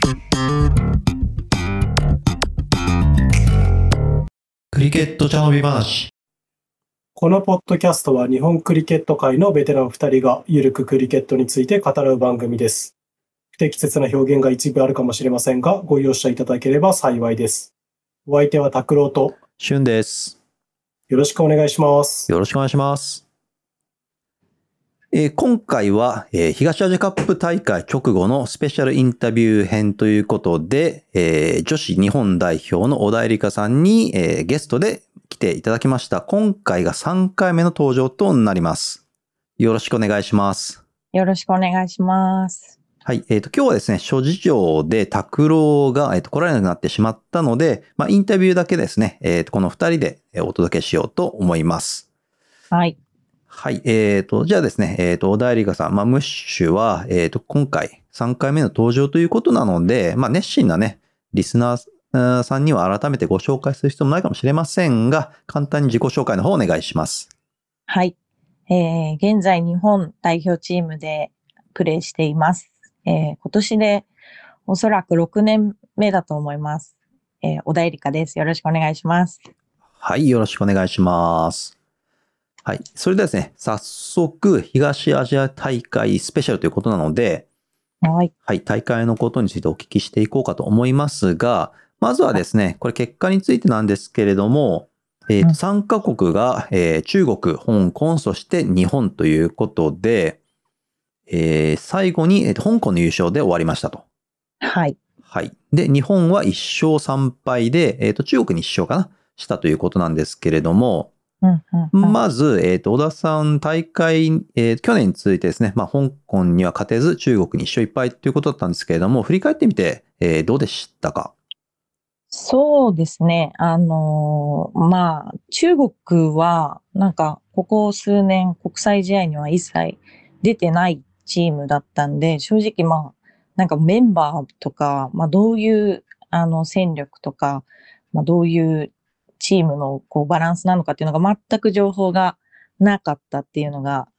クリケット茶飲み話。 このポッドキャストは日本クリケット界のベテラン2人がゆるくクリケットについて語らう番組です。不適切な表現が一部あるかもしれませんが、ご容赦いただければ幸いです。お相手は拓郎としゅんです。 よろしくお願いします。 よろしくお願いします。今回は、東アジアカップ大会直後のスペシャルインタビュー編ということで、女子日本代表の小田恵梨香さんに、ゲストで来ていただきました。今回が3回目の登場となります。よろしくお願いします。 よろしくお願いします。 はい。今日はですね、諸事情で拓郎が、来られなくなってしまったので、インタビューだけですね、この2人でお届けしようと思います。 はい。 はい。じゃあですね、小田恵梨香さん、ムッシュは、今回3回目の登場ということなので、熱心なね、リスナーさんには改めてご紹介する必要もないかもしれませんが、簡単に自己紹介の方お願いします。 はい。現在日本代表チームでプレーしています。今年でおそらく6年目だと思います。小田恵梨香です。よろしくお願いします。 はい。よろしくお願いします。はい。それではですね、早速、東アジア大会スペシャルということなので、 はい。 はい。大会のことについてお聞きしていこうかと思いますが、まずはですね、これ結果についてなんですけれども、3カ国が、中国、香港、そして日本ということで、最後に、香港の優勝で終わりましたと。 はい。 はい。で、日本は1勝3敗で、中国に1勝かなしたということなんですけれども、まず、小田さん、大会、去年に続いてですね、香港には勝てず、中国に1勝1敗ということだったんですけれども、振り返ってみて、どうでしたか？ そうですね。中国は、ここ数年、国際試合には一切出てないチームだったんで、正直メンバーとか、どういう、戦力とか、どういうチームのバランスなのかっていうのが全く情報がなかったっていうのが、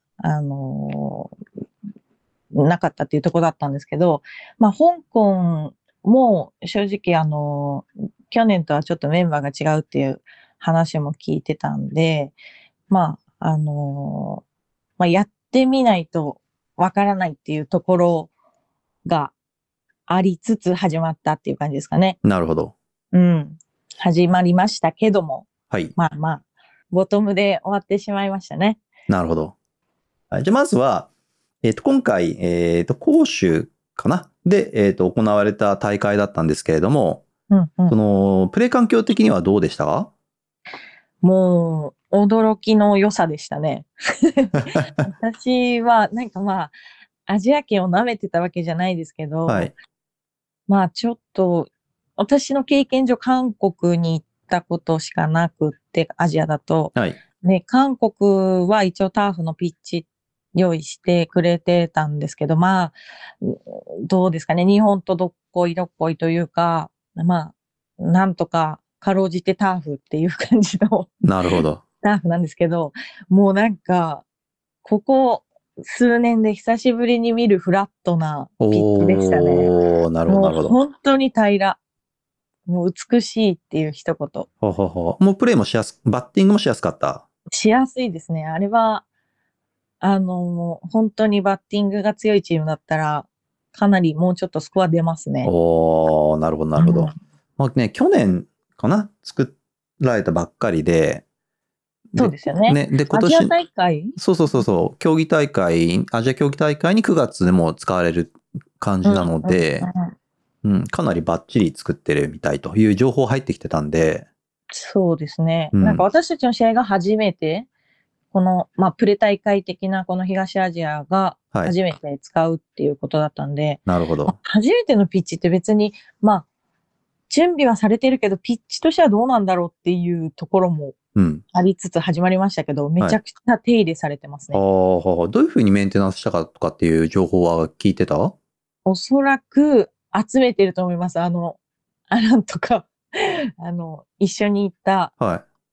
なかったっていうところだったんですけど、香港も正直去年とはちょっとメンバーが違うっていう話も聞いてたんで、やってみないとわからないっていうところがありつつ始まったっていう感じですかね。 なるほど。 うん。始まりましたけども。 はい。 ボトムで終わってしまいましたね。 なるほど。はい、じゃあまずは、今回、広州かなで、行われた大会だったんですけれども、その、プレイ環境的にはどうでしたか？ もう、驚きの良さでしたね。私は、アジア圏を舐めてたわけじゃないですけど、 はい。 ちょっと、私の経験上、韓国に行ったことしかなくって、アジアだと。 はい。 ね、韓国は一応ターフのピッチ用意してくれてたんですけど、どうですかね、日本とどっこいどっこいというか、なんとか、かろうじてターフっていう感じのなるほど。 ターフなんですけど、もうここ数年で久しぶりに見るフラットなピッチでしたね。 なるほど、なるほど。 もう本当に平ら。もう美しいっていう一言。 もうプレイもバッティングもしやすかった？ しやすいですね。あれは、本当にバッティングが強いチームだったら、かなりもうちょっとスコア出ますね。 なるほど、なるほど。去年かな作られたばっかりで、 そうですよね。 で、今年。 アジア大会？ そう。競技大会、アジア競技大会に9月でも使われる感じなので、かなりバッチリ作ってるみたいという情報入ってきてたんで。 そうですね。私たちの試合が初めて、この、プレ大会的なこの東アジアが初めて使うっていうことだったんで、 なるほど。 初めてのピッチって別に、準備はされてるけど、ピッチとしてはどうなんだろうっていうところもありつつ始まりましたけど、めちゃくちゃ手入れされてますね。 どういうふうにメンテナンスしたかとかっていう情報は聞いてた？ おそらく集めてると思います。なんとか、一緒に行った、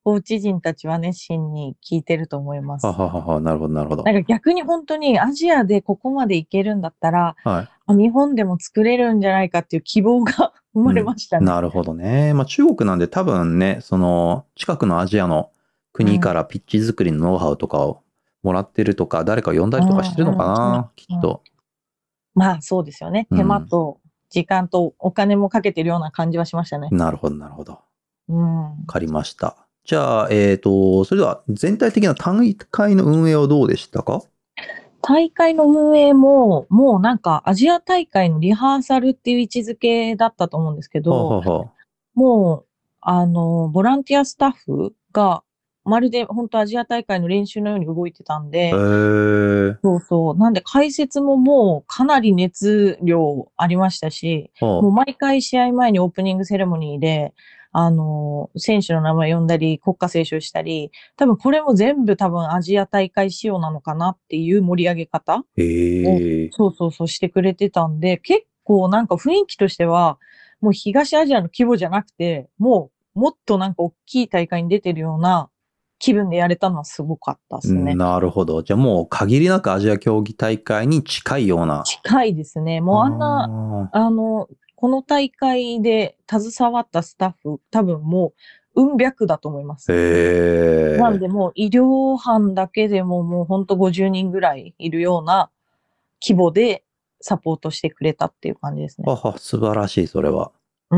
コーチ陣たちは熱心に聞いてると思います。 はははは、なるほど、なるほど。 なんか逆に本当にアジアでここまでいけるんだったら、 はい。 日本でも作れるんじゃないかっていう希望が生まれましたね。 なるほどね。まあ中国なんで多分ね、その近くのアジアの国からピッチ作りのノウハウとかをもらってるとか、誰か呼んだりとかしてるのかな、きっと。 まあそうですよね。手間と時間とお金もかけてるような感じはしましたね。 なるほど、なるほど。 わかりました。じゃあ、それでは全体的な大会の運営はどうでしたか？ 大会の運営も、もうなんかアジア大会のリハーサルっていう位置づけだったと思うんですけど、もう、ボランティアスタッフが、まるで本当アジア大会の練習のように動いてたんで、そうそう。なんで解説ももうかなり熱量ありましたし、もう毎回試合前にオープニングセレモニーで、選手の名前呼んだり、国歌斉唱したり、多分これも全部多分アジア大会仕様なのかなっていう盛り上げ方を、そうそうそうしてくれてたんで、結構なんか雰囲気としては、もう東アジアの規模じゃなくて、もっとなんか大きい大会に出てるような気分でやれたのはすごかったですね。 なるほど。じゃあもう限りなくアジア競技大会に近いような。 近いですね。もうあんな、この大会で携わったスタッフ、多分もう、うん百だと思います。なんでもう医療班だけでももうほんと50人ぐらいいるような規模でサポートしてくれたっていう感じですね。 素晴らしい、それは。 うん。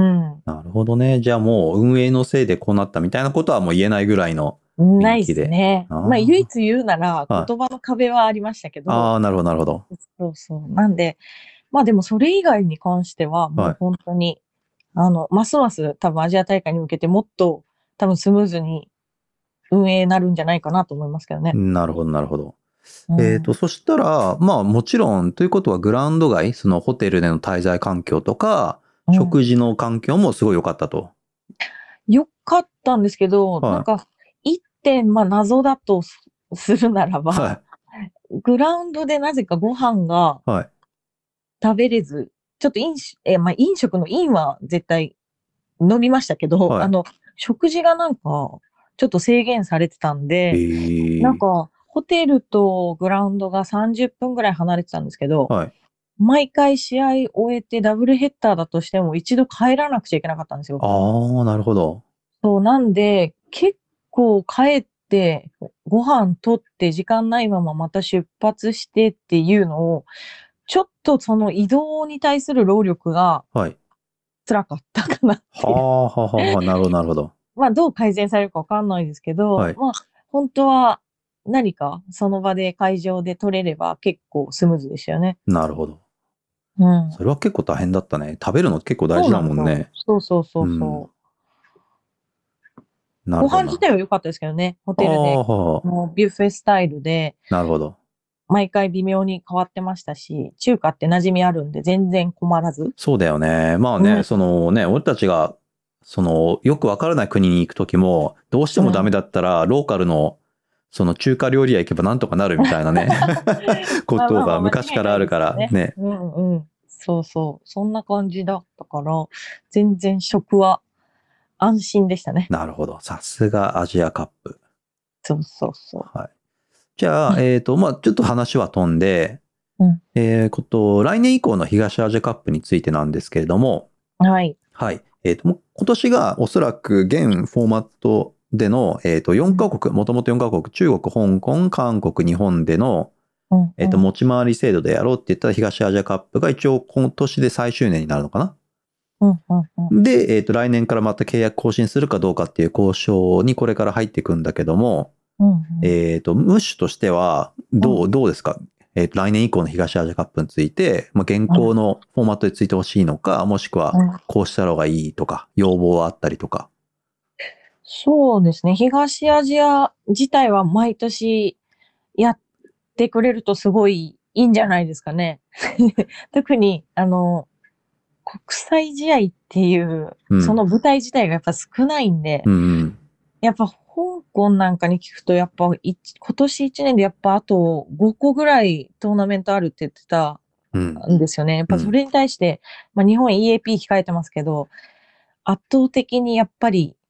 なるほどね。じゃあもう運営のせいでこうなったみたいなことはもう言えないぐらいのないですね。まあ唯一言うなら言葉の壁はありましたけど。 なるほど、なるほど。 そうそう。なんで、まあでもそれ以外に関してはもう本当に、ますます多分アジア大会に向けてもっと多分スムーズに運営になるんじゃないかなと思いますけどね。 なるほど、なるほど。そしたら、まあもちろん、ということはグラウンド外、そのホテルでの滞在環境とか、食事の環境もすごい良かったと。 良かったんですけど、なんか、一点、まあ謎だとするならば、グラウンドでなぜかご飯が食べれず、ちょっと飲食の飲は絶対飲みましたけど、食事がなんか、ちょっと制限されてたんで、なんか、ホテルとグラウンドが30分ぐらい離れてたんですけど、毎回試合終えてダブルヘッダーだとしても一度帰らなくちゃいけなかったんですよ。 なるほど。 そう、なんで、結構帰って、ご飯取って時間ないまままた出発してっていうのを、ちょっとその移動に対する労力が、辛かったかなっていう。 なるほど、なるほど。 まあ、どう改善されるかわかんないですけど、まあ、本当は何かその場で会場で取れれば結構スムーズでしたよね。 なるほど。それは結構大変だったね。食べるの結構大事だもんね。 そうそうそうそう。ご飯自体は良かったですけどね。ホテルで。ビュッフェスタイルで。 なるほど。 毎回微妙に変わってましたし、中華って馴染みあるんで全然困らず。 そうだよね。まあね、そのね、俺たちが、その、よくわからない国に行くときも、どうしてもダメだったら、ローカルの、その中華料理屋行けばなんとかなるみたいなね、ことが昔からあるからね。 そうそう。そんな感じだったから、全然食は安心でしたね。 なるほど。さすがアジアカップ。 そうそうそう。 じゃあ、まあちょっと話は飛んで、来年以降の東アジアカップについてなんですけれども、今年がおそらく現フォーマットでの、4カ国、もともと4カ国、中国、香港、韓国、日本での、持ち回り制度でやろうって言った東アジアカップが一応今年で最終年になるのかな。で、来年からまた契約更新するかどうかっていう交渉にこれから入っていくんだけども、ムッシュとしてはどうですか？来年以降の東アジアカップについて、現行のフォーマットでついてほしいのか、もしくはこうした方がいいとか、要望はあったりとか。 そうですね。東アジア自体は毎年やってくれるとすごいいいんじゃないですかね。特に、国際試合っていう、その舞台自体がやっぱ少ないんで、やっぱ香港なんかに聞くと、やっぱ今年1年でやっぱあと5個ぐらいトーナメントあるって言ってたんですよね。やっぱそれに対して、日本 EAP 控えてますけど、圧倒的にやっぱり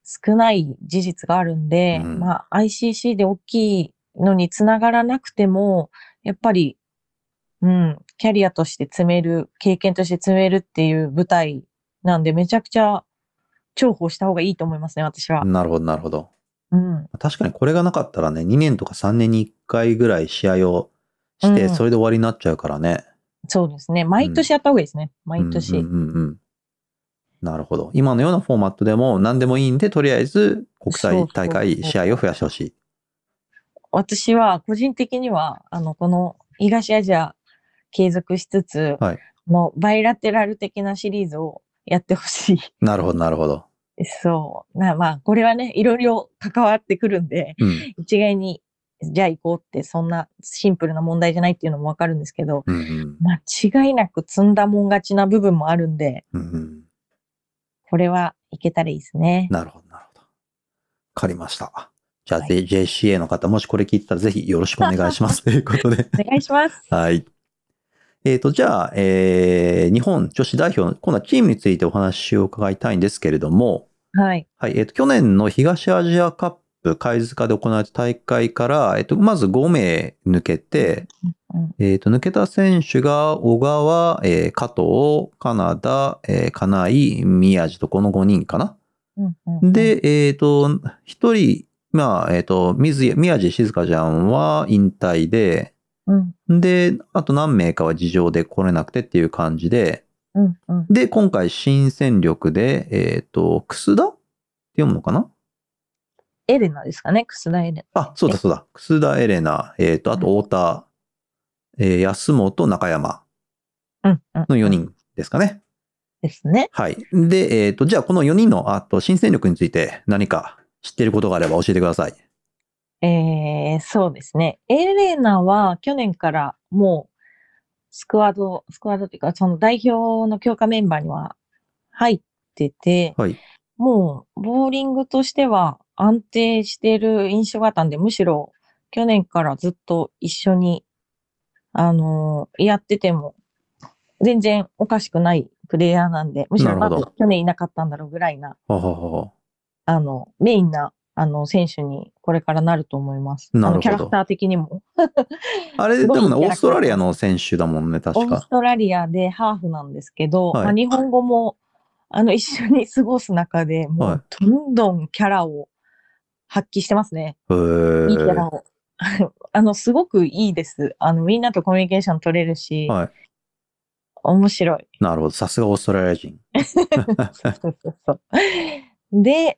少ない事実があるんで、まあ ICC で大きいのにつながらなくても、やっぱり、キャリアとして積める、経験として積めるっていう舞台なんで、めちゃくちゃ重宝した方がいいと思いますね、私は。 なるほど、なるほど。確かにこれがなかったらね、2年とか3年に1回ぐらい試合をして、それで終わりになっちゃうからね。 そうですね。毎年やった方がいいですね。毎年。 なるほど。今のようなフォーマットでも何でもいいんで、とりあえず国際大会試合を増やしてほしい。 私は個人的には、この東アジア継続しつつ、バイラテラル的なシリーズをやってほしい。 なるほど、なるほど。 そう。まあ、これはね、いろいろ関わってくるんで、一概に、じゃあ行こうって、そんなシンプルな問題じゃないっていうのもわかるんですけど、間違いなく積んだもん勝ちな部分もあるんで、これはいけたらいいですね。 なるほど、なるほど。わかりました。じゃあ、JCA の方、もしこれ聞いたらぜひよろしくお願いします。ということで。 お願いします。 はい。じゃあ、日本女子代表の、今度はチームについてお話を伺いたいんですけれども、 はい。 はい。去年の東アジアカップ、貝塚で行われた大会から、まず5名抜けて、抜けた選手が小川、加藤、カナダ、金井、宮地とこの5人かな。で、1人、まあ、宮地静香ちゃんは引退で、で、あと何名かは事情で来れなくてっていう感じで、で、今回新戦力で、楠田って読むのかな？ エレナですかね、楠田エレナ。 あ、そうだそうだ。楠田エレナ、あと太田、安本、中山の4人ですかね。 ですね。 はい。で、じゃあこの4人の、新戦力について何か知っていることがあれば教えてください。 そうですね。エレナは去年からもうスクワードっていうか、その代表の強化メンバーには入ってて、もうボーリングとしては安定している印象があったんで、むしろ去年からずっと一緒に、やってても全然おかしくないプレイヤーなんで、むしろなんで去年いなかったんだろうぐらいな、メインな選手にこれからなると思います。キャラクター的にも。 あれ、でもね、オーストラリアの選手だもんね、確か。 オーストラリアでハーフなんですけど、まあ、日本語も、一緒に過ごす中で、もう、どんどんキャラを発揮してますね。いいキャラを。すごくいいです。みんなとコミュニケーション取れるし、面白い。 なるほど。さすがオーストラリア人。 そうで、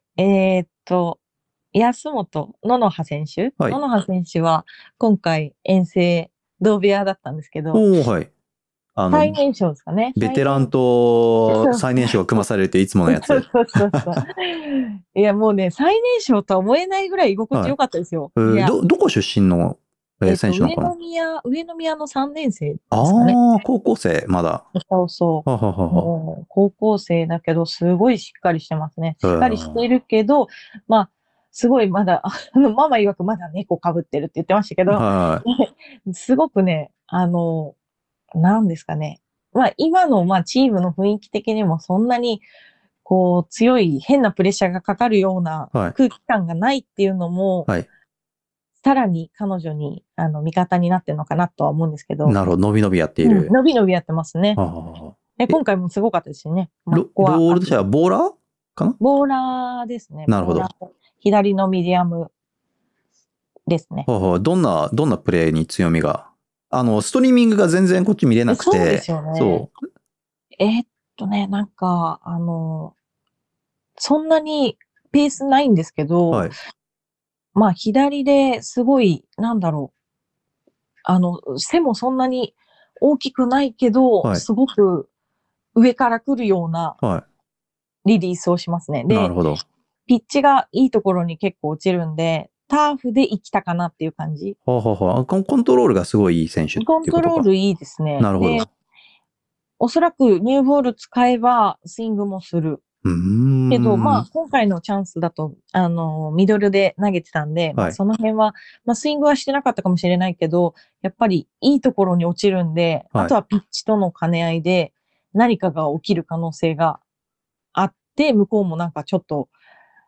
安本野々葉選手、野々葉選手は今回遠征同部屋だったんですけど、最年少ですかね。 ベテランと最年少が組まされるといういつものやつ。 そう。いやもうね、最年少とは思えないぐらい居心地良かったですよ。 どこ出身の選手なのかな？ 上宮の3年生ですかね。 高校生、まだ。 そう。高校生だけど、すごいしっかりしてますね。しっかりしてるけど、まあ、すごいまだ、ママ曰くまだ猫被ってるって言ってましたけど、すごくね、なんですかね。まあ、今の、チームの雰囲気的にもそんなに、こう、強い変なプレッシャーがかかるような空気感がないっていうのも、さらに彼女に、味方になってるのかなとは思うんですけど。 なるほど、伸び伸びやっている。 伸び伸びやってますね。今回もすごかったですよね。 ロールとしてはボーラーかな？ ボーラーですね。 なるほど。 左のミディアムですね。 どんなプレーに強みが？ストリーミングが全然こっち見れなくて。 そうですよね。なんか、そんなにペースないんですけど、まあ、左ですごい、なんだろう。背もそんなに大きくないけど、すごく上から来るようなリリースをしますね。 なるほど。 ピッチがいいところに結構落ちるんで、ターフで生きたかなっていう感じ。 コントロールがすごいいい選手っていうことか。 コントロールいいですね。 なるほど。 おそらくニューボール使えばスイングもする。けど、まあ、今回のチャンスだと、ミドルで投げてたんで、その辺は、スイングはしてなかったかもしれないけど、やっぱりいいところに落ちるんで、あとはピッチとの兼ね合いで何かが起きる可能性があって、向こうもなんかちょっと、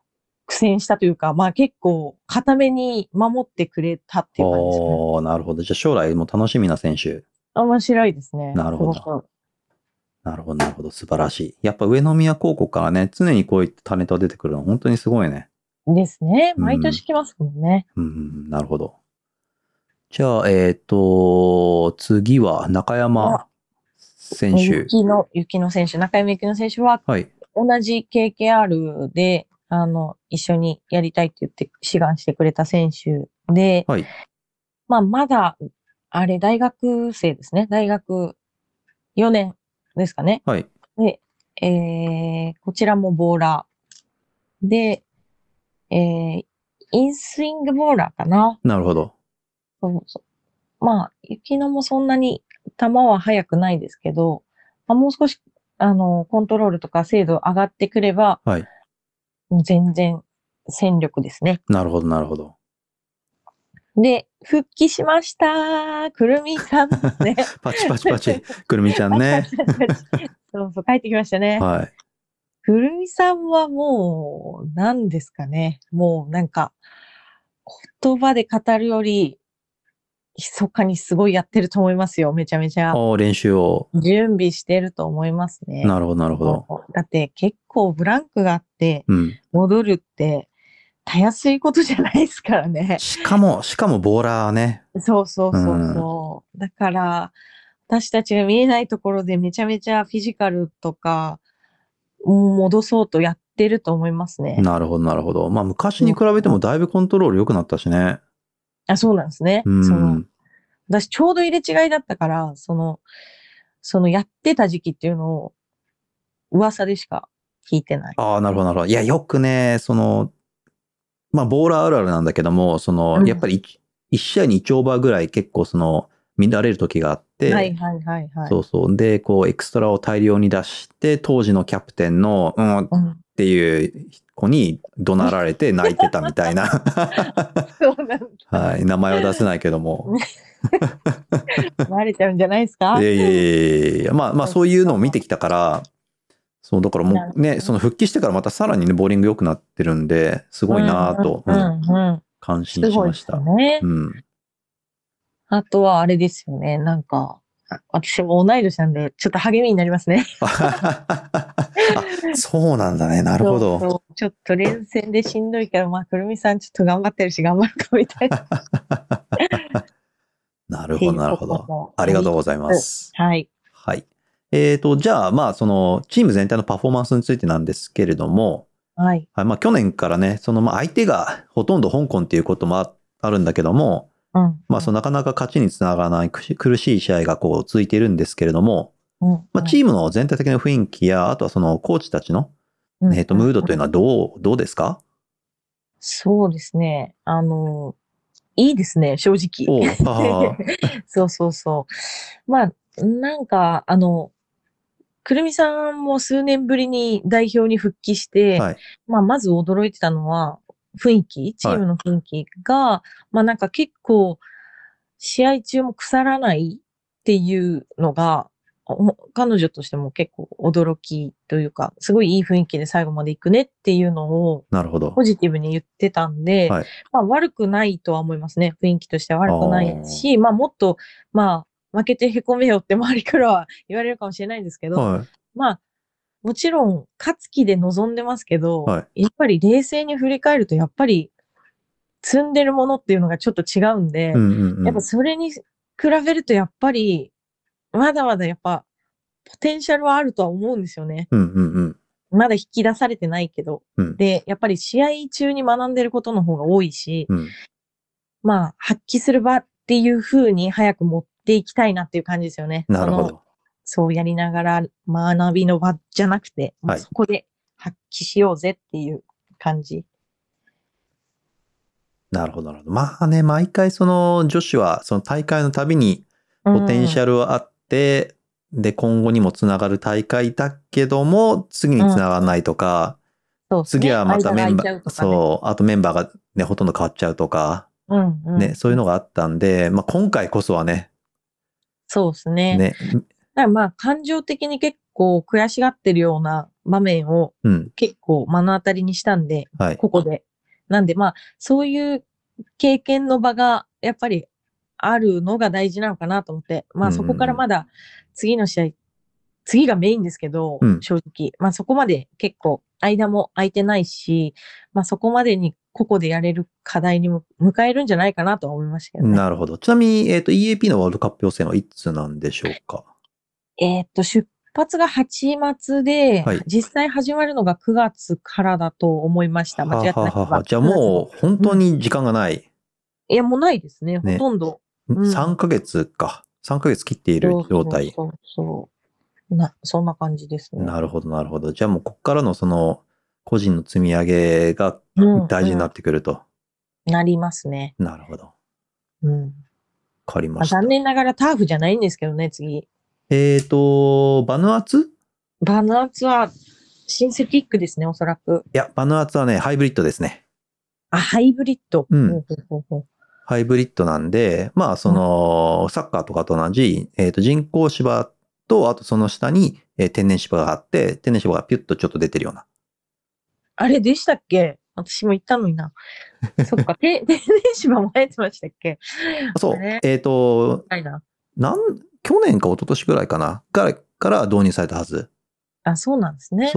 苦戦したというか、まあ結構固めに守ってくれたっていう感じですね。 なるほど。じゃあ将来も楽しみな選手。 面白いですね。 なるほど。 すごく。 なるほど、なるほど。素晴らしい。やっぱ上宮高校からね、常にこういったタレントが出てくるのは本当にすごいね。 ですね。毎年来ますもんね。 なるほど。じゃあ、次は中山選手。 雪乃選手、中山雪乃選手は、同じ KKR で、一緒にやりたいって言って志願してくれた選手で、 はい。 まあ、まだ、あれ、大学生ですね。大学4年ですかね。 はい。 で、こちらもボーラー。で、インスイングボーラーかな。 なるほど。 そうそう。まあ、雪乃もそんなに球は速くないですけど、まあ、もう少し、コントロールとか精度上がってくれば、 はい。 もう全然戦力ですね。 なるほど、なるほど。 で、復帰しました。くるみさんね。 パチパチパチ。くるみちゃんね。 そうそう、帰ってきましたね。 はい。 くるみさんはもう、何ですかね。もうなんか、言葉で語るより、密かにすごいやってると思いますよ。めちゃめちゃ。 練習を。 準備してると思いますね。 なるほど、なるほど。 だって結構ブランクがあって、 うん。 戻るって、たやすいことじゃないですからね。 しかもボーラーね。 そうそうそうそう。だから、私たちが見えないところでめちゃめちゃフィジカルとか、戻そうとやってると思いますね。 なるほど、なるほど。まあ昔に比べてもだいぶコントロール良くなったしね。 あ、そうなんですね。私ちょうど入れ違いだったから、そのやってた時期っていうのを噂でしか聞いてない。 ああ、なるほど、なるほど。いや、よくね、まあ、ボーラーあるあるなんだけども、やっぱり1試合に1オーバーぐらい結構乱れる時があって、 はいはいはいはい。 そうそう。で、こう、エクストラを大量に出して、当時のキャプテンの、っていう子に怒鳴られて泣いてたみたいな。 そうなんだ。 はい。名前は出せないけども。 バレちゃうんじゃないですか？ いや。まあそういうのを見てきたから、そう、だからもうね、復帰してからまたさらにね、ボーリング良くなってるんで、すごいなぁと、感心しました。 ね。あとはあれですよね、なんか、私も同い年なんで、ちょっと励みになりますね。 そうなんだね。なるほど。 そうちょっと連戦でしんどいから、まあ、くるみさんちょっと頑張ってるし、頑張るかみたいな。 なるほど、なるほど。ありがとうございます。 はい。 はい。じゃあ、まあ、チーム全体のパフォーマンスについてなんですけれども、 はい。 まあ、去年からね、相手がほとんど香港っていうこともあるんだけども、まあ、なかなか勝ちにつながらない苦しい試合がこう続いているんですけれども、まあ、チームの全体的な雰囲気や、あとはコーチたちの、ムードというのはどうですか？ そうですね。いいですね、正直。そうそうそう。まあ、なんか、くるみさんも数年ぶりに代表に復帰して、まあ、まず驚いてたのは、チームの雰囲気が、まあなんか結構、試合中も腐らないっていうのが、彼女としても結構驚きというか、すごいいい雰囲気で最後まで行くねっていうのを、 なるほど。 ポジティブに言ってたんで、まあ悪くないとは思いますね。雰囲気としては悪くないし、まあもっと、まあ負けて凹めよって周りからは言われるかもしれないんですけど、まあもちろん勝つ気で臨んでますけど、やっぱり冷静に振り返るとやっぱり積んでるものっていうのがちょっと違うんで、やっぱそれに比べるとやっぱり、まだまだやっぱ、ポテンシャルはあるとは思うんですよね。まだ引き出されてないけど。で、やっぱり試合中に学んでることの方が多いし、まあ、発揮する場っていう風に早く持っていきたいなっていう感じですよね。 なるほど。 そうやりながら学びの場じゃなくて、そこで発揮しようぜっていう感じ。 なるほど、なるほど。まあね、毎回女子は大会のたびにポテンシャルはあって、で、今後にもつながる大会だけども、次につながらないとか、次はまたメンバー、あとメンバーがね、ほとんど変わっちゃうとか、ね、そういうのがあったんで、まあ今回こそはね。 そうですね。だからまあ感情的に結構悔しがってるような場面をうん。 結構目の当たりにしたんで、 はい。 ここで。なんでまあ、そういう経験の場がやっぱりあるのが大事なのかなと思って、まあそこからまだ次の試合、次がメインですけど、 うん。 正直。まあそこまで結構間も空いてないし、まあそこまでに個々でやれる課題にも迎えるんじゃないかなとは思いましたけどね。 なるほど。ちなみに、EAP のワールドカップ予選はいつなんでしょうか？ 出発が8月で、 はい。 実際始まるのが9月からだと思いました。間違ってなければ。 じゃあもう本当に時間がない。 いや、もうないですね。ほね。 とんど。 3ヶ月か。3ヶ月切っている状態。 そんな感じですね。 なるほど、なるほど。じゃあもうこっからのその個人の積み上げが大事になってくると。 なりますね。 なるほど。 うん。 わかりました。 残念ながらターフじゃないんですけどね、次。 バヌアツ？ バヌアツはシンセティックですね、おそらく。 いや、バヌアツはね、ハイブリッドですね。 あ、ハイブリッド。 うん。ハイブリッドなんで、まあ、その、サッカーとかと同じ、人工芝と、あとその下に、天然芝があって、天然芝がピュッとちょっと出てるような。 あれでしたっけ？私も言ったのにな。そっか、天然芝も生えてましたっけ？ そう。去年か一昨年ぐらいかなから導入されたはず。 あ、そうなんですね。 そう。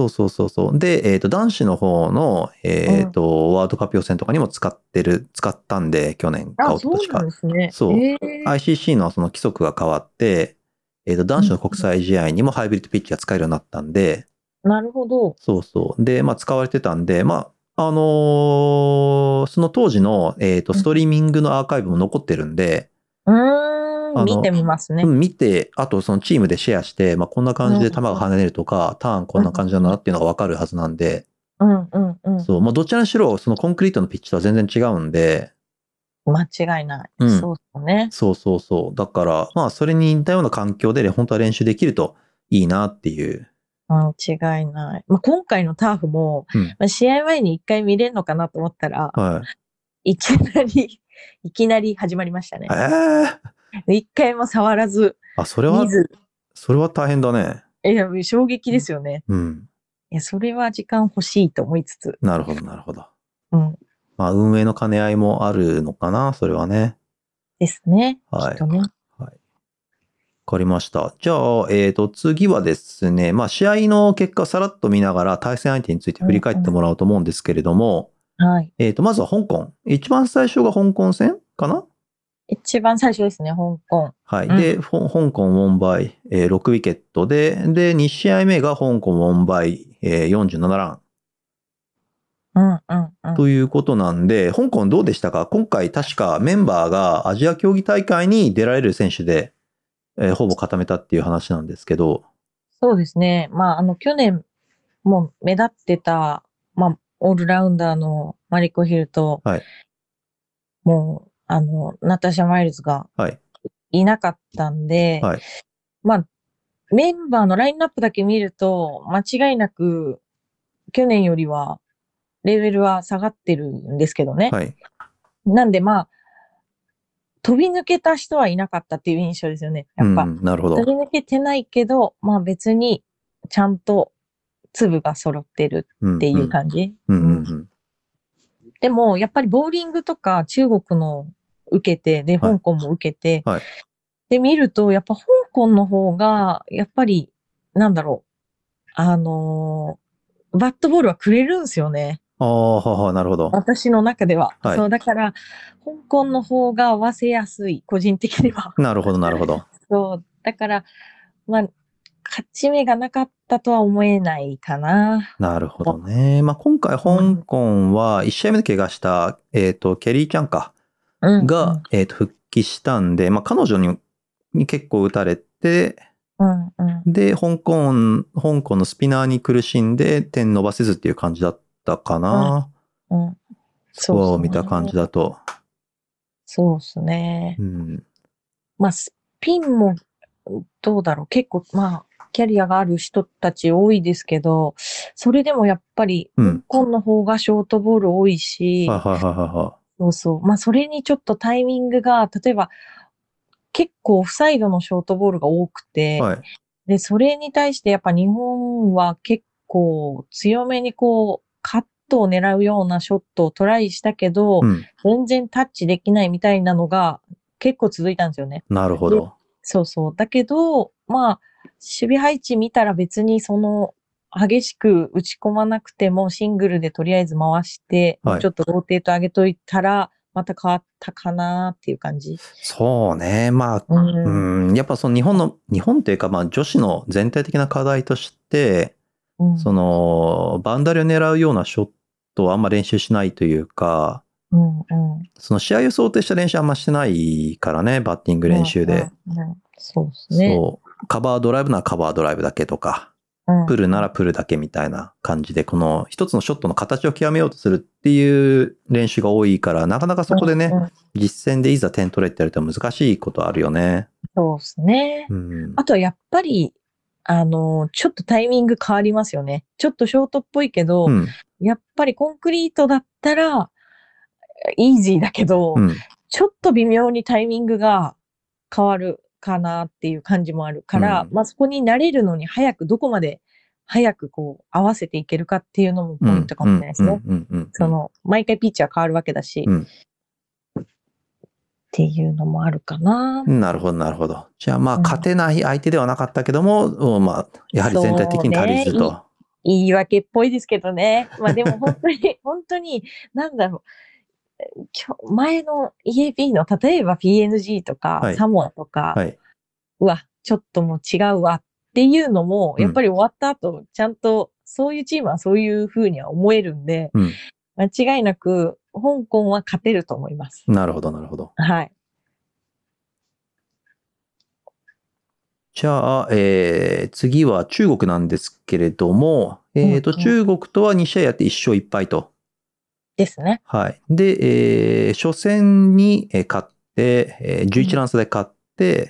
で、男子の方の、ワールドカップ予選とかにも使ったんで、去年か一昨年か。 そうなんですね。 そう。ICC のその規則が変わって、男子の国際試合にもハイブリッドピッチが使えるようになったんで。 なるほど。 そう。で、まあ使われてたんで、まあ、その当時の、ストリーミングのアーカイブも残ってるんで、 見てみますね。 見て、あとそのチームでシェアして、まあこんな感じで球が跳ねるとか、ターンこんな感じだなっていうのがわかるはずなんで、そう、まあどちらにしろそのコンクリートのピッチとは全然違うんで、 間違いない。そうですね。 そう。だから、まあそれに似たような環境で本当は練習できるといいなっていう。 間違いない。まあ今回のターフも、試合前に一回見れるのかなと思ったら、いきなり始まりましたね。一回も触らず、 それは大変だね。 いや、衝撃ですよね。 うん。 いや、それは時間欲しいと思いつつ。 なるほど。うん。まあ、運営の兼ね合いもあるのかな、それはね。 ですね。 はい。 きっとね。 はい。わかりました。じゃあ、次はですね、まあ、試合の結果をさらっと見ながら対戦相手について振り返ってもらおうと思うんですけれども、 はい。 まずは香港。一番最初が香港戦かな？ 一番最初ですね、香港。 はい。で、香港ウォンバイ、6ウィケットで、2試合目が香港ウォンバイ、47ラン。ということなんで、香港どうでしたか？今回確かメンバーがアジア競技大会に出られる選手で、ほぼ固めたっていう話なんですけど。 そうですね。まあ、去年も目立ってた、まあ、オールラウンダーのマリコ・ヒルと、 はい。 もう、ナターシャ・マイルズがいなかったんで、 はい。 まあ、メンバーのラインナップだけ見ると、間違いなく、去年よりは、レベルは下がってるんですけどね。 はい。 なんでまあ、飛び抜けた人はいなかったっていう印象ですよね。やっぱ。 なるほど。 飛び抜けてないけど、まあ別に、ちゃんと粒が揃ってるっていう感じ。でも、やっぱりボーリングとか中国の受けて、で、香港も受けて、で、見ると、やっぱ香港の方が、やっぱり、なんだろう、バットボールはくれるんですよね。 なるほど。 私の中では。そう、だから、香港の方が合わせやすい、個人的には。 なるほど。 そう、だから、まあ、勝ち目がなかったとは思えないかな。 なるほどね。まあ、今回、香港は1試合目で怪我した、ケリーちゃんか。が、復帰したんで、まあ、彼女に結構打たれて、で、香港のスピナーに苦しんで点伸ばせずっていう感じだったかな。スコアを見た感じだと。 そうですね。まあ、スピンも、どうだろう。結構、まあ、キャリアがある人たち多いですけど、それでもやっぱり、香港の方がショートボール多いし、そう。まあ、それにちょっとタイミングが、例えば、結構オフサイドのショートボールが多くて、で、それに対してやっぱ日本は結構強めにこう、カットを狙うようなショットをトライしたけど、全然タッチできないみたいなのが結構続いたんですよね。 なるほど。 そうそう。だけど、まあ、守備配置見たら別に激しく打ち込まなくてもシングルでとりあえず回して、ちょっとローテート上げといたら、また変わったかなっていう感じ。 そうね。まあ、やっぱ日本っていうか、まあ女子の全体的な課題として、バウンダリを狙うようなショットをあんま練習しないというか、その試合を想定した練習あんましてないからね、バッティング練習で。 そうですね。 そう。カバードライブならカバードライブだけとか、プルならプルだけみたいな感じで、この一つのショットの形を極めようとするっていう練習が多いから、なかなかそこでね、実戦でいざ点取れってやると難しいことあるよね。 そうですね。あとはやっぱり、ちょっとタイミング変わりますよね。ちょっとショートっぽいけど、やっぱりコンクリートだったら、イージーだけど、ちょっと微妙にタイミングが変わるかなっていう感じもあるから、まあそこに慣れるのにどこまで早くこう合わせていけるかっていうのもポイントかもしれないですね。毎回ピッチャー変わるわけだし、っていうのもあるかな。 なるほど、なるほど。じゃあまあ勝てない相手ではなかったけども、まあやはり全体的に足りずと。 言い訳っぽいですけどね。まあでも本当に、なんだろう。前の EAP の、例えば PNG とか、サモアとか、うわ、ちょっともう違うわっていうのも、やっぱり終わった後、ちゃんと、そういうチームはそういう風には思えるんで、間違いなく、香港は勝てると思います。 なるほど、なるほど。 はい。 じゃあ、次は中国なんですけれども、中国とは2試合やって1勝1敗と。 ですね。 はい。で、初戦に勝って、11ラン差で勝って、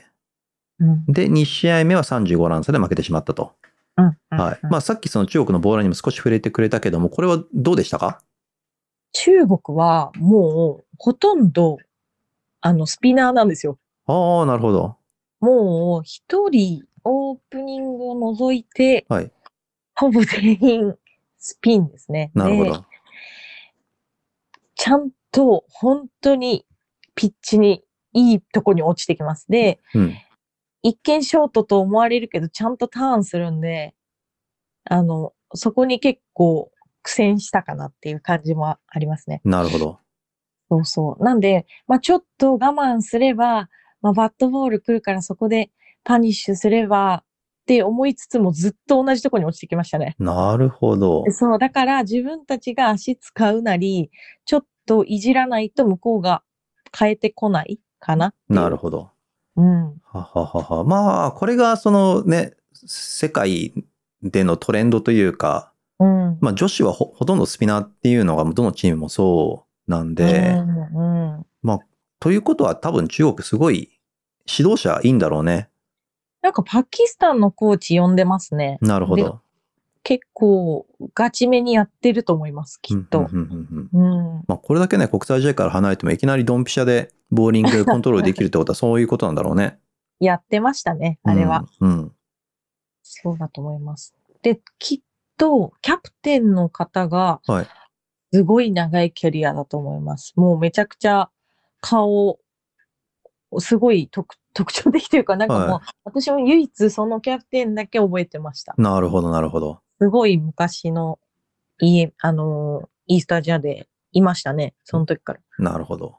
で、2試合目は35ラン差で負けてしまったと。はい。まあ、さっきその中国のボーラーにも少し触れてくれたけども、これはどうでしたか？ 中国はもう、ほとんど、スピナーなんですよ。 ああ、なるほど。 もう、一人、オープニングを除いて、ほぼ全員、スピンですね。 なるほど。 ちゃんと本当にピッチにいいとこに落ちてきます。で、一見ショートと思われるけど、ちゃんとターンするんで、そこに結構苦戦したかなっていう感じもありますね。 なるほど。 そうそう。なんで、まあちょっと我慢すれば、まあバットボール来るからそこでパニッシュすればって思いつつもずっと同じとこに落ちてきましたね。 なるほど。 そう、だから自分たちが足使うなり、ちょっといじらないと向こうが変えてこないかな。 なるほど。 うん。 はははは。まあ、これがそのね、世界でのトレンドというか、まあ女子はほとんどスピナーっていうのがどのチームもそうなんで、まあ、ということは多分中国すごい指導者いいんだろうね。 なんかパキスタンのコーチ呼んでますね。 なるほど。 結構ガチめにやってると思います、きっと。 まあこれだけね、国際試合から離れてもいきなりドンピシャでボーリングコントロールできるってことはそういうことなんだろうね。 やってましたね、あれは。そうだと思います。で、きっとキャプテンの方がすごい長いキャリアだと思います。もうめちゃくちゃ顔、すごい特徴的というか、なんかもう、私も唯一そのキャプテンだけ覚えてました。 なるほど、なるほど。 すごい昔のイースタージャでいましたね。その時から。 なるほど。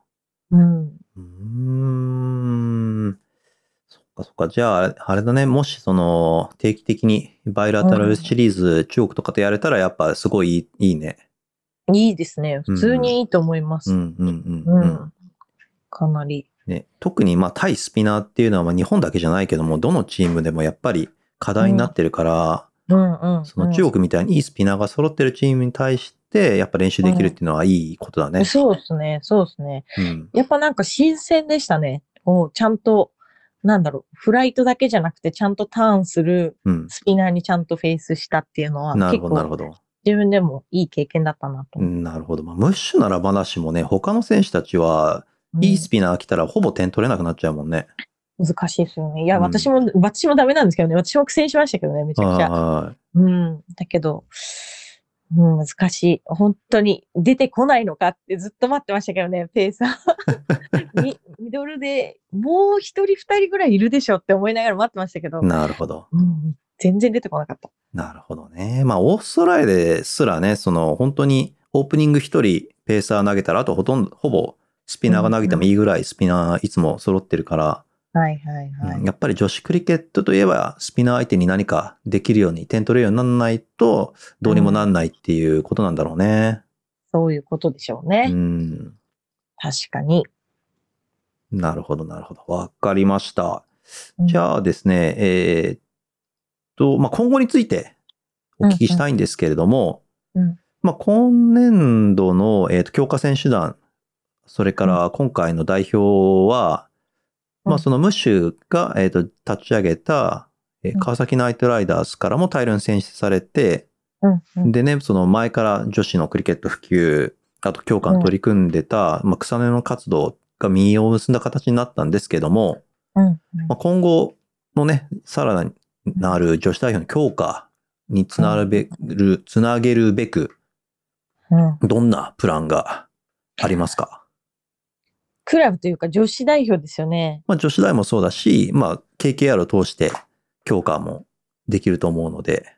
そっか。じゃあ、あれだね。もし定期的にバイラタラルシリーズ、中国とかとやれたらやっぱすごいいいね。 いいですね。普通にいいと思います。かなり。 ね、特に対スピナーっていうのは日本だけじゃないけども、どのチームでもやっぱり課題になってるから、その中国みたいにいいスピナーが揃ってるチームに対してやっぱ練習できるっていうのはいいことだね。 そうですね。やっぱなんか新鮮でしたね。ちゃんと、フライトだけじゃなくてちゃんとターンするスピナーにちゃんとフェイスしたっていうのは、結構自分でもいい経験だったなと。 なるほど。ムッシュなら話もね、他の選手たちはいいスピナー来たらほぼ点取れなくなっちゃうもんね。 難しいですよね。いや、私もダメなんですけどね。私も苦戦しましたけどね、めちゃくちゃ。だけど、難しい。本当に出てこないのかってずっと待ってましたけどね、ペーサー。ミドルでもう一人二人ぐらいいるでしょって思いながら待ってましたけど、 なるほど。 全然出てこなかった。 なるほどね。まあ、オーストラリアですらね、本当にオープニング一人ペーサー投げたら、あとほぼスピナーが投げてもいいぐらいスピナーいつも揃ってるから、やっぱり女子クリケットといえばスピナー相手に何かできるように、点取れるようにならないとどうにもなんないっていうことなんだろうね。 そういうことでしょうね。確かに。 なるほど、なるほど。わかりました。じゃあですね、まあ、今後についてお聞きしたいんですけれども、まあ、今年度の、強化選手団、それから今回の代表は、まあ、そのムッシュが、立ち上げた、川崎ナイトライダーズからも大量に選出されて、でね、その前から女子のクリケット普及、あと強化に取り組んでた、まあ、草根の活動が実を結んだ形になったんですけども、まあ、今後のね、さらなる女子代表の強化につなげるべく、どんなプランがありますか？ クラブというか女子代表ですよね。 まあ女子代もそうだし、まあ KKR を通して強化もできると思うので。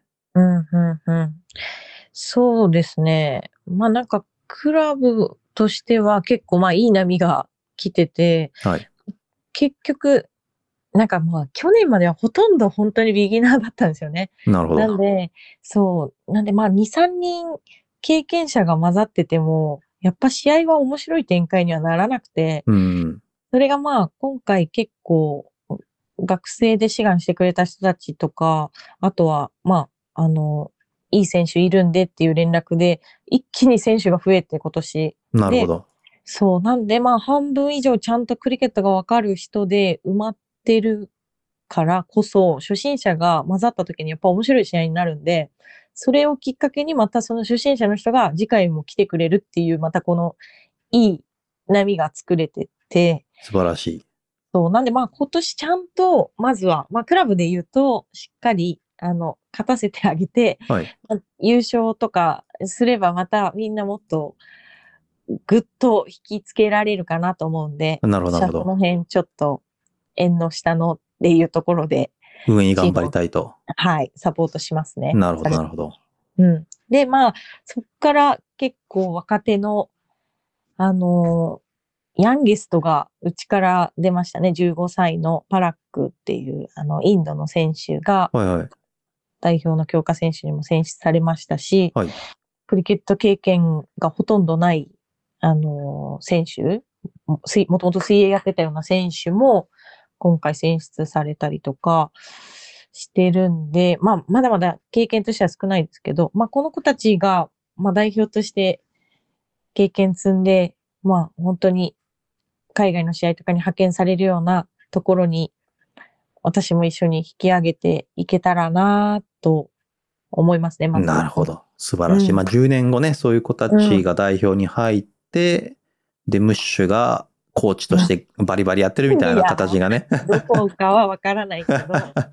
そうですね。まあなんかクラブとしては結構まあいい波が来てて、結局なんかまあ去年まではほとんど本当にビギナーだったんですよね。 なるほど。 なんでまあ2、3人経験者が混ざってても、やっぱ試合は面白い展開にはならなくて、それがまあ今回結構学生で志願してくれた人たちとか、あとはまあいい選手いるんでっていう連絡で、一気に選手が増えて今年。 なるほど。 なんでまあ半分以上ちゃんとクリケットがわかる人で埋まってるからこそ、初心者が混ざった時にやっぱ面白い試合になるんで、それをきっかけにまたその初心者の人が次回も来てくれるっていう、またこのいい波が作れてて。 素晴らしい。 なんでまあ今年ちゃんと、まずは、まあクラブで言うと、しっかり、勝たせてあげて、優勝とかすればまたみんなもっとぐっと引きつけられるかなと思うんで、 なるほど、なるほど。 この辺ちょっと縁の下のっていうところで、 上に頑張りたいと。 サポートしますね。 なるほど、なるほど。 で、まあ、そっから結構若手の、ヤンゲストがうちから出ましたね。15歳のパラックっていう、インドの選手が、代表の強化選手にも選出されましたし、クリケット経験がほとんどない、選手、もともと水泳やってたような選手も、今回選出されたりとかしてるんで、まあ、まだまだ経験としては少ないですけど、まあ、この子たちが、まあ、代表として経験積んで、まあ、本当に海外の試合とかに派遣されるようなところに、私も一緒に引き上げていけたらなと思いますね、まず。 なるほど。素晴らしい。まあ、10年後ね、そういう子たちが代表に入って、で、ムッシュがコーチとしてバリバリやってるみたいな形がね。 どこかはわからないけど。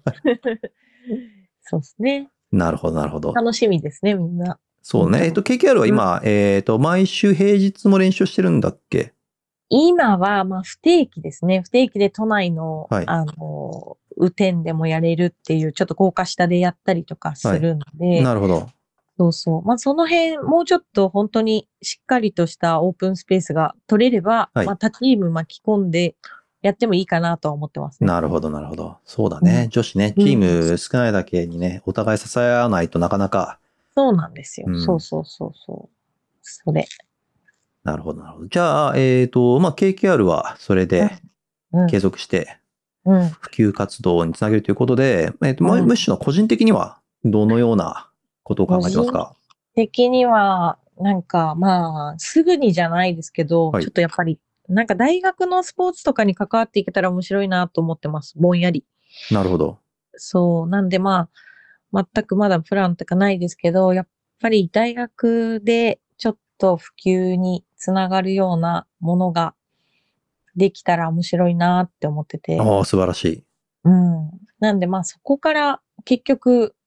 そうですね。 なるほど、なるほど。 楽しみですね、みんな。 そうね。KKR は今、毎週平日も練習してるんだっけ？ 今は、まあ、不定期ですね。不定期で都内の、雨天でもやれるっていう、ちょっと高架下でやったりとかするんで。 なるほど。 そうそう。まあ、その辺、もうちょっと本当にしっかりとしたオープンスペースが取れれば、まあ、他チーム巻き込んでやってもいいかなとは思ってますね。 なるほど、なるほど。そうだね。女子ね、チーム少ないだけにね、お互い支え合わないとなかなか。 そうなんですよ。そう。それ。 なるほど、なるほど。じゃあ、まあ、KKR はそれで継続して、普及活動につなげるということで、ムッシュの個人的にはどのようなことを考えてますか？ 個人的には、なんか、まあ、すぐにじゃないですけど、ちょっとやっぱり、なんか大学のスポーツとかに関わっていけたら面白いなと思ってます。ぼんやり。 なるほど。 そう。なんでまあ、全くまだプランとかないですけど、やっぱり大学でちょっと普及につながるようなものができたら面白いなって思ってて。 ああ、素晴らしい。 なんでまあそこから結局、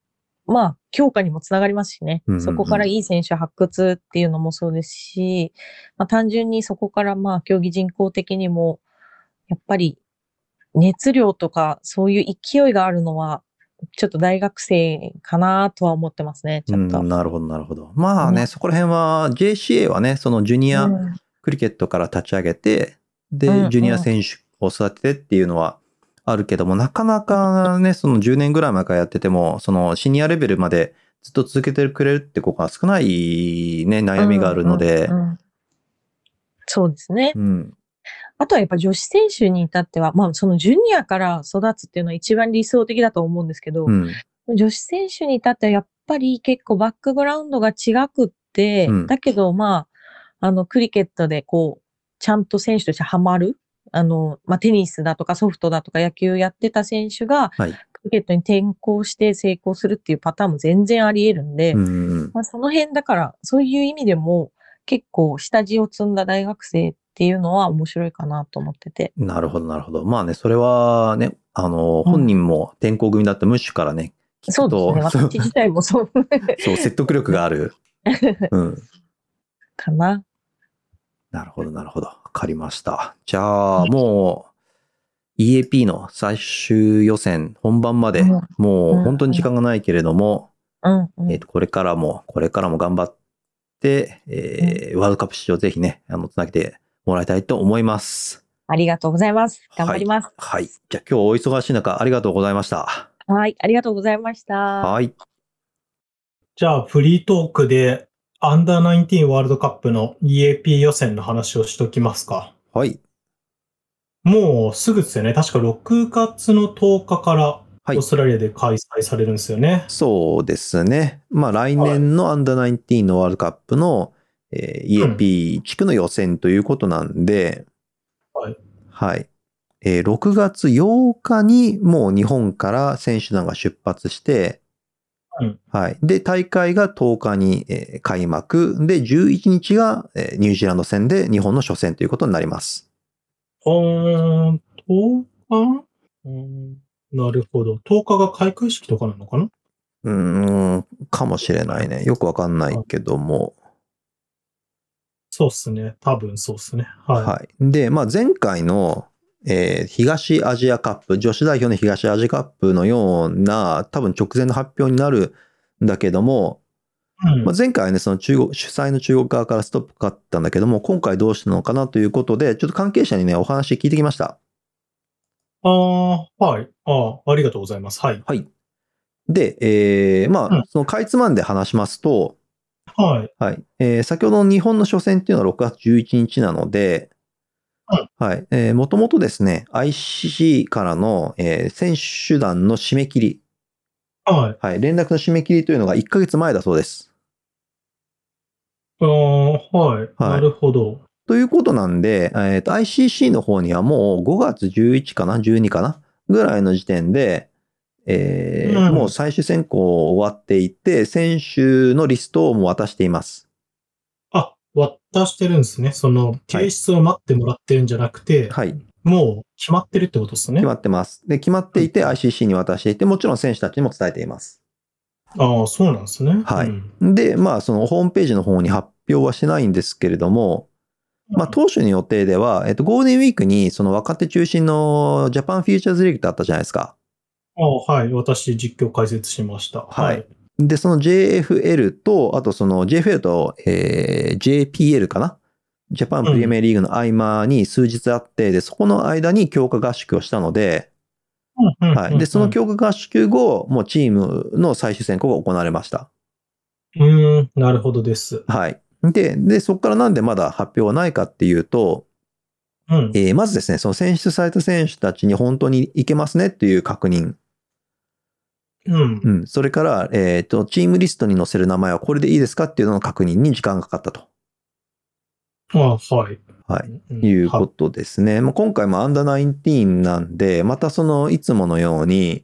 まあ、強化にもつながりますしね。 うんうんうんそこからいい選手発掘っていうのもそうですし、まあ単純にそこからまあ競技人口的にも、やっぱり熱量とかそういう勢いがあるのは、ちょっと大学生かなとは思ってますね、ちょっと。 なるほど、なるほど。まあね、 うんそこら辺は JCA はね、そのジュニアうんクリケットから立ち上げて、で、 うんジュニア選手を育ててっていうのはあるけども、なかなかね、その10年ぐらい前からやってても、そのシニアレベルまでずっと続けてくれるって子が少ないね、悩みがあるのでうん、うんそうですね。 うん。 あとはやっぱ女子選手に至っては、まあそのジュニアから育つっていうのは一番理想的だと思うんですけど、 うん。 女子選手に至ってはやっぱり結構バックグラウンドが違くって、 うんだけどまあ、クリケットでこう、ちゃんと選手としてハマる。まあテニスだとかソフトだとか野球やってた選手が、 はい。 クリケットに転向して成功するっていうパターンも全然あり得るんで、 うん。 まあその辺だから、そういう意味でも結構下地を積んだ大学生っていうのは面白いかなと思ってて。 なるほど、なるほど。まあね、それはね、本人も転校組だったムッシュからね、聞くと、 そうですね。私自体もそうそう、説得力がある。うん。 かな。 なるほど、なるほど。わかりました。じゃあ、もう、EAP の最終予選、本番まで、 うんもう本当に時間がないけれども、 うんうん。 これからも頑張って、ワールドカップ史上ぜひね、つなげてもらいたいと思います。 ありがとうございます。頑張ります。 はい。じゃあ今日お忙しい中、ありがとうございました。 はい。ありがとうございました。 はい。 じゃあ、フリートークで、アンダー19ワールドカップの EAP 予選の話をしときますか。 はい。 もうすぐですよね。確か6月の10日からオーストラリアで開催されるんですよね。 そうですね。まあ来年のアンダー19のワールドカップの、EAP 地区の予選ということなんで、 はい。 はい。6月8日にもう日本から選手団が出発して、 うんはい。で、大会が10日に、開幕。で、11日が、ニュージーランド戦で日本の初戦ということになります。 10日なるほど。10日が開会式とかなのかな？ かもしれないね。よくわかんないけども。 そうっすね。多分そうっすね。はい。 はい。で、まあ、前回の、東アジアカップ、女子代表の東アジアカップのような、多分直前の発表になるんだけども、 うんまあ、前回はね、その主催の中国側からストップかかったんだけども、今回どうしたのかなということで、ちょっと関係者にね、お話聞いてきました。 はい。ありがとうございます。はい。 はい。で、まあ、 うんそのかいつまんで話しますと、 はい。 はい。先ほどの日本の初戦っていうのは6月11日なので、はい。もともとですね、ICC からの、選手団の締め切り。 はい。 はい。連絡の締め切りというのが1ヶ月前だそうです。 はい。なるほど。 ということなんで、ICC の方にはもう5月11かな ?12 かなぐらいの時点で、もう最終選考終わっていて、選手のリストをもう渡しています。 渡してるんですね。その、提出を待ってもらってるんじゃなくて、 はい。 もう決まってるってことですね。 決まってます。で、決まっていて ICC に渡していて、もちろん選手たちにも伝えています。 そうなんですね。 はい。 うん、 で、まあ、そのホームページの方に発表はしてないんですけれども、まあ、当初の予定では、ゴールデンウィークに、その若手中心のジャパンフューチャーズリーグってあったじゃないですか。 はい。私、実況解説しました。 はい。で、その JFL と、あとその JFL と、JPL かなジャパンプレミアリーグの合間に数日あって、で、そこの間に強化合宿をしたので、はい。で、その強化合宿後、もうチームの最終選考が行われました。 なるほどです。 はい。で、そこからなんでまだ発表はないかっていうと、まずですね、その選出された選手たちに本当に行けますねっていう確認。それから、チームリストに載せる名前はこれでいいですかっていうのの確認に時間がかかったと。 はい。 はい。いうことですね。今回もアンダー19なんで、またその、いつものように、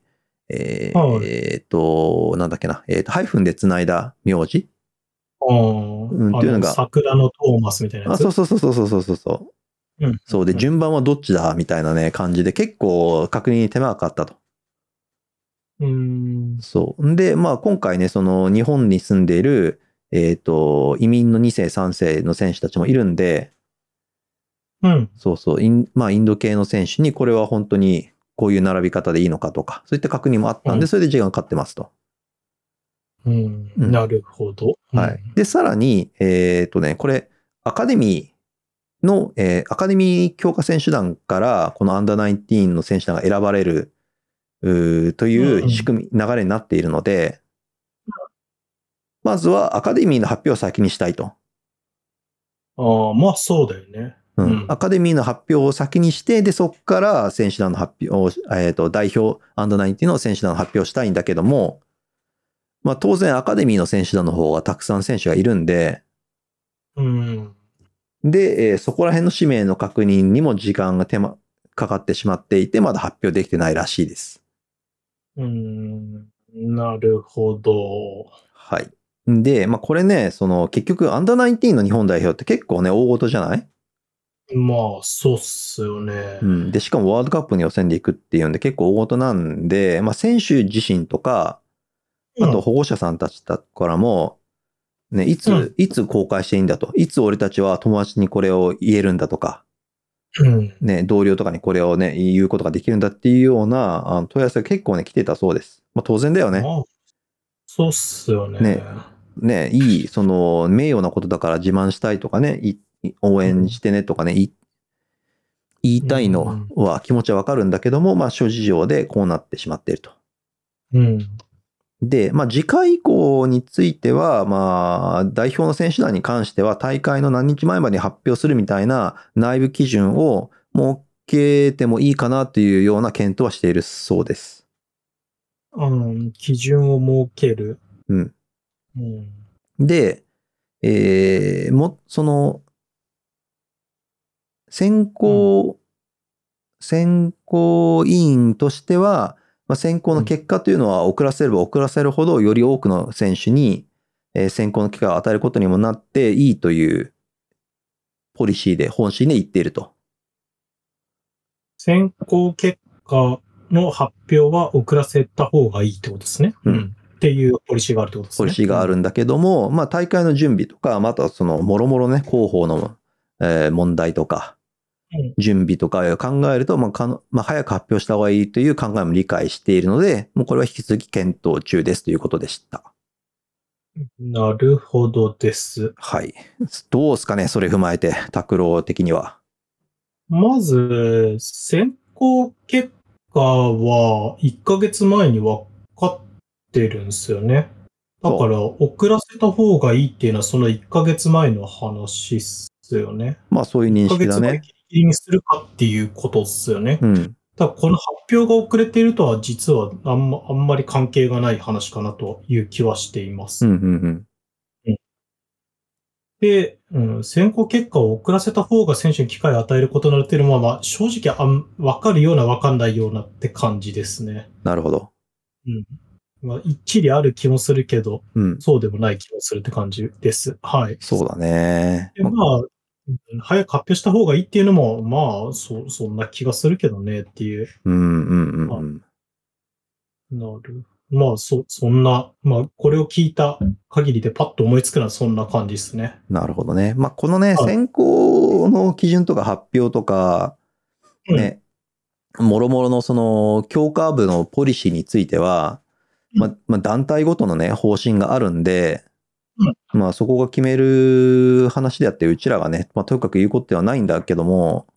なんだっけな、ハイフンで繋いだ名字っていうのが。 桜のトーマスみたいなやつ。 そう。そうで、順番はどっちだみたいなね、感じで結構確認に手間がかかったと。 そう。で、まあ今回ね、その日本に住んでいる、移民の2世、3世の選手たちもいるんで、そうそう、まあインド系の選手にこれは本当にこういう並び方でいいのかとか、そういった確認もあったんで、それで時間かかってますと。 なるほど。 はい。で、さらに、これ、アカデミー強化選手団から、このアンダー19の選手団が選ばれる、という仕組み、流れになっているので、まずはアカデミーの発表を先にしたいと。 まあそうだよね。 アカデミーの発表を先にして、で、そこから選手団の発表を、代表、アンダー19の選手団の発表をしたいんだけども、まあ当然アカデミーの選手団の方がたくさん選手がいるんで、で、そこら辺の氏名の確認にも時間がかかってしまっていて、まだ発表できてないらしいです。 なるほど。 はい。で、まあこれね、結局アンダー19の日本代表って結構ね、大事じゃない？ まあ、そうっすよね。 で、しかもワールドカップに予選で行くっていうんで結構大事なんで、まあ選手自身とか、あと保護者さんたちからも、ね、いつ公開していいんだと。いつ俺たちは友達にこれを言えるんだとか、ね、同僚とかにこれをね、言うことができるんだっていうような問い合わせが結構ね、来てたそうです。まあ当然だよね。 そうっすよね。 ね、名誉なことだから自慢したいとかね、応援してねとかね、言いたいのは気持ちはわかるんだけども、まあ諸事情でこうなってしまっていると。で、まあ次回以降については、まあ代表の選手団に関しては大会の何日前までに発表するみたいな内部基準を設けてもいいかなというような検討はしているそうです。 基準を設ける。 で、選考委員としては、まあ、選考の結果というのは遅らせれば遅らせるほどより多くの選手に選考の機会を与えることにもなっていいというポリシーで、方針で言っていると。 選考結果の発表は遅らせた方がいいってことですね。っていうポリシーがあるってことですね。 ポリシーがあるんだけども、まあ大会の準備とか、またもろもろね、広報の、問題とか、準備とかを考えると、まあ、早く発表した方がいいという考えも理解しているので、もうこれは引き続き検討中ですということでした。 なるほどです。 はい。どうですかね、それ踏まえて、拓郎的には。 まず、選考結果は1ヶ月前に分かってるんですよね。だから、遅らせた方がいいっていうのはその1ヶ月前の話っすよね。 まあそういう認識だね。1ヶ月前ギリギリにするかっていうことっすよね。だからこの発表が遅れているとは実はあんまり関係がない話かなという気はしています。で、選考結果を遅らせた方が選手に機会を与えることになるっていうのは、まあ、正直分かるような分かんないようなって感じですね。 なるほど。 まあ、一理ある気もするけど、そうでもない気もするって感じです。はい。 そうだね。 でまあ、早く発表した方がいいっていうのも、まあ、そんな気がするけどねっていう。まあ、そんな、まあ、これを聞いた限りでパッと思いつくのはそんな感じですね。 なるほどね。まあ、このね、選考の基準とか発表とか、ね、もろもろの強化部のポリシーについては、まあ、団体ごとのね、方針があるんで、まあ、そこが決める話であって、うちらがね、まあ、とにかく言うことではないんだけども、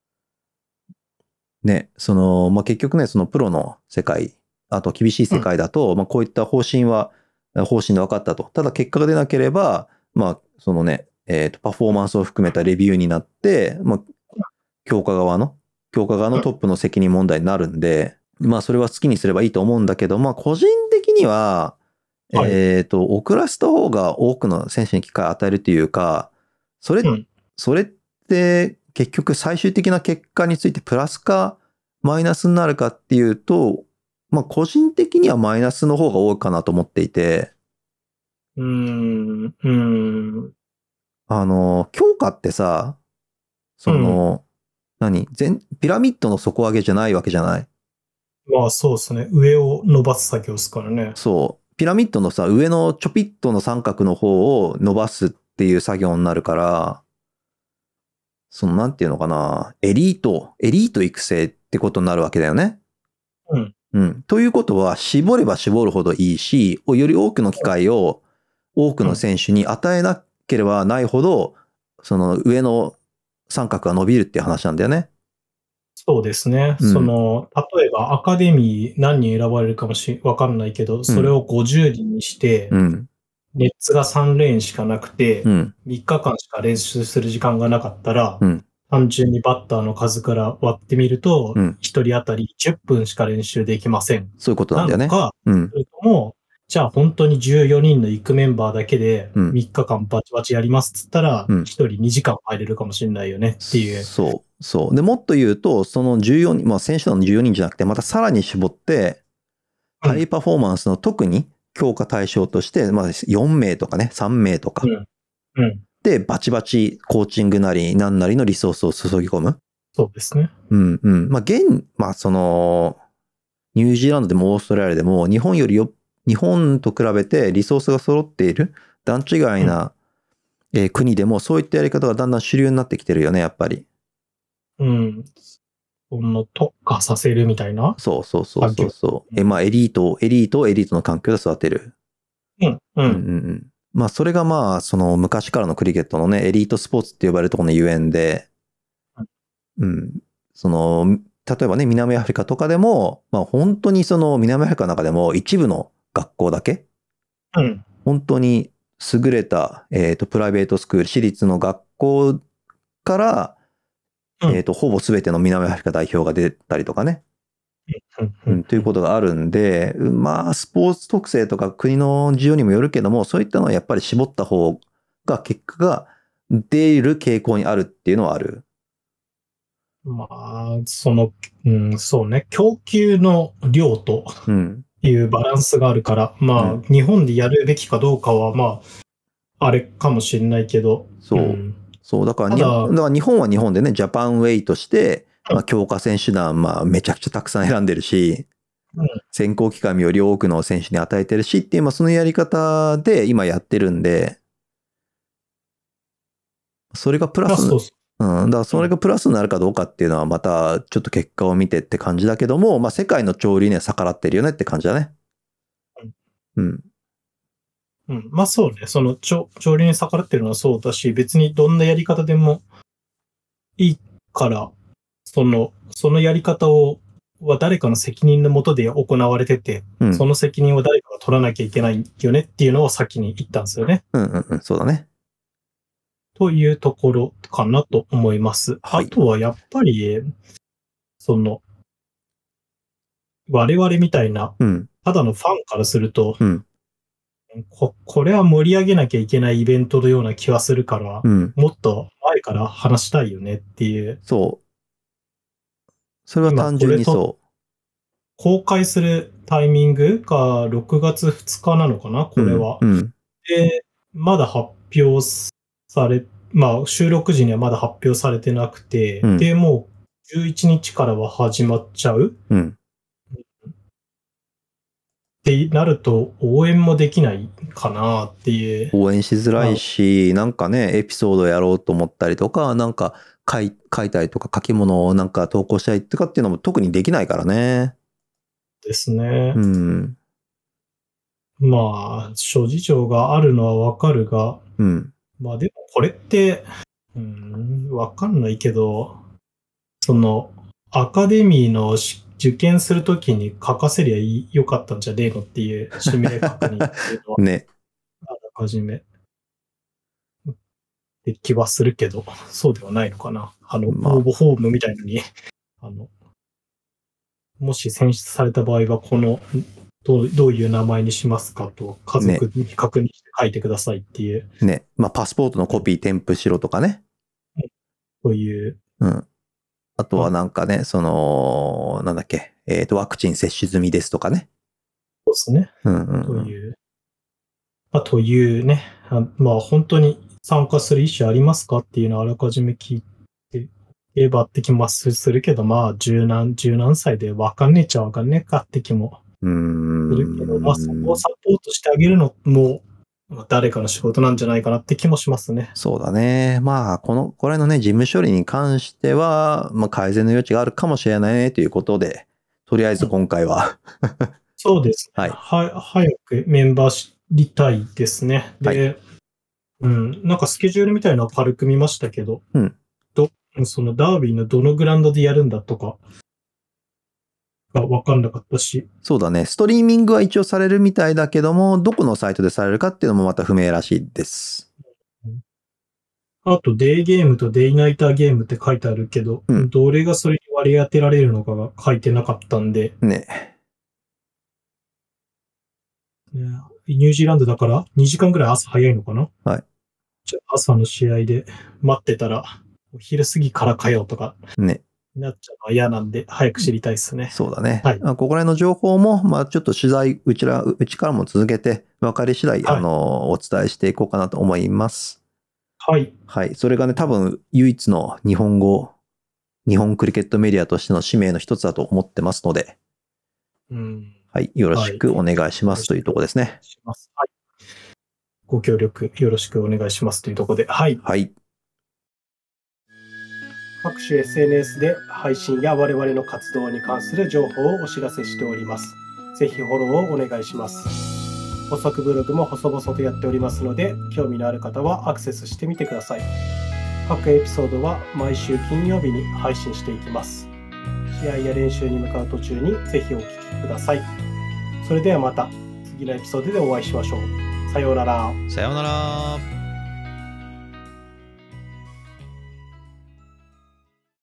ね、まあ、結局ね、プロの世界、あと厳しい世界だと、まあ、こういった方針で分かったと。ただ結果が出なければ、まあ、パフォーマンスを含めたレビューになって、まあ、強化側のトップの責任問題になるんで、まあ、それは好きにすればいいと思うんだけど、まあ、個人的には、遅らせた方が多くの選手に機会を与えるというか、それって結局最終的な結果についてプラスかマイナスになるかっていうと、まあ個人的にはマイナスの方が多いかなと思っていて。強化ってさ、ピラミッドの底上げじゃないわけじゃない？ まあそうですね。上を伸ばす作業ですからね。 そう。ピラミッドのさ、上のちょぴっとの三角の方を伸ばすっていう作業になるから、なんていうのかな、エリート育成ってことになるわけだよね。 うん。 うん。ということは、絞れば絞るほどいいし、より多くの機会を多くの選手に与えなければないほど、その上の三角が伸びるっていう話なんだよね。 そうですね。 うん、 例えばアカデミー何人選ばれるかもわかんないけど、それを50人にして、 うん、 ネッツが3レーンしかなくて、 うん、 3日間しか練習する時間がなかったら、 うん、 単純にバッターの数から割ってみると、 うん。 1人当たり10分しか練習できません。 そういうことなんだよね。 なのか、 うん。 それとも、じゃあ本当に14人の行くメンバーだけでうん 3日間バチバチやりますっつったら、 うん 1人2時間入れるかもしれないよねっていう。 そう。で、もっと言うと、その14人、まあ選手団の14人じゃなくて、またさらに絞って、ハイパフォーマンスの特に強化対象として、まあ4名とかね、3名とか。 うん。 で、バチバチコーチングなり、なんなりのリソースを注ぎ込む。 そうですね。 うんうん。まあニュージーランドでもオーストラリアでも、日本と比べてリソースが揃っている段違いな、国でもそういったやり方がだんだん主流になってきてるよね、やっぱり。 うん。特化させるみたいな。 そう。まあ、エリートをエリートの環境で育てる。まあ、それがまあ、昔からのクリケットのね、エリートスポーツって呼ばれるところのゆえんで、うん。例えばね、南アフリカとかでも、まあ、本当に南アフリカの中でも一部の学校だけ、本当に優れた、プライベートスクール、私立の学校から、ほぼ全ての南アフリカ代表が出たりとかね。ということがあるんで、まあ、スポーツ特性とか国の事情にもよるけども、そういったのはやっぱり絞った方が結果が出る傾向にあるっていうのはある。 まあ、そうね、供給の量というバランスがあるから、まあ、日本でやるべきかどうかは、まあ、あれかもしれないけど。 そう。だから日本は日本でね、ジャパンウェイとして、まあ、強化選手団、まあ、めちゃくちゃたくさん選んでるし、選考期間より多くの選手に与えてるしっていう、まあ、そのやり方で今やってるんで、それがプラス、だからそれがプラスになるかどうかっていうのはまたちょっと結果を見てって感じだけども、まあ世界の潮流には逆らってるよねって感じだね。 まあそうね、その潮流に逆らってるのはそうだし、別にどんなやり方でもいいから、そのやり方は誰かの責任のもとで行われてて、その責任を誰かが取らなきゃいけないよねっていうのを先に言ったんですよね。 そうだね。 というところかなと思います。あとはやっぱり、我々みたいな、ただのファンからすると、これは盛り上げなきゃいけないイベントのような気はするから、もっと前から話したいよねっていう。 そう。それは単純にそう。 公開するタイミングが6月2日なのかな、これは。で、まだ発表まあ収録時にはまだ発表されてなくて、で、もう11日からは始まっちゃう。ってなると応援もできないかなっていう。 応援しづらいし、なんかね、エピソードやろうと思ったりとか、なんか書いたりとか書き物をなんか投稿したりとかっていうのも特にできないからね。 ですね。まあ、諸事情があるのはわかるが、まあでもこれって、わかんないけど、アカデミーの受験するときに書かせりゃよかったんじゃねえのっていう指名確認っていうのは、 ね。 あらかじめ、って気はするけど、そうではないのかな。応募フォームみたいのに、もし選出された場合は、どういう名前にしますかと、家族に確認して書いてくださいっていう。 ね。まあ、パスポートのコピー添付しろとかね。 という。 あとはなんかね、なんだっけ、ワクチン接種済みですとかね。 そうですね。というね、まあ本当に参加する意思ありますかっていうのをあらかじめ聞いておえばって気もするけど、まあ、十何歳でわかんねえっちゃわかんねえかって気もするけど、まあ、そこをサポートしてあげるのも、誰かの仕事なんじゃないかなって気もしますね。 そうだね。まあ、これのね、事務処理に関しては、まあ、改善の余地があるかもしれないねということで、とりあえず今回は。 そうですね。 はい。 早くメンバー知りたいですね。で、なんかスケジュールみたいなのを軽く見ましたけど、そのダービーのどのグラウンドでやるんだとかが分かんなかったし。 そうだね。ストリーミングは一応されるみたいだけども、どこのサイトでされるかっていうのもまた不明らしいです。 あと、デイゲームとデイナイターゲームって書いてあるけど、どれがそれに割り当てられるのかが書いてなかったんで。 ね。 ニュージーランドだから2時間ぐらい朝早いのかな？ はい。 じゃあ朝の試合で待ってたら、お昼過ぎからかよとか。 ね。 なっちゃうのは嫌なんで、早く知りたいですね。 そうだね。 はい。 ここら辺の情報も、まあちょっと取材、うちからも続けて、分かり次第、お伝えしていこうかなと思います。 はい。 はい。それがね、多分、唯一の日本クリケットメディアとしての使命の一つだと思ってますので、はい。よろしくお願いしますというところですね。 はい。ご協力よろしくお願いしますというところで、はい。 はい。 各種 SNS で配信や我々の活動に関する情報をお知らせしております。ぜひフォローをお願いします。補足ブログも細々とやっておりますので、興味のある方はアクセスしてみてください。各エピソードは毎週金曜日に配信していきます。試合や練習に向かう途中にぜひお聞きください。それではまた次のエピソードでお会いしましょう。さようなら。 さようなら。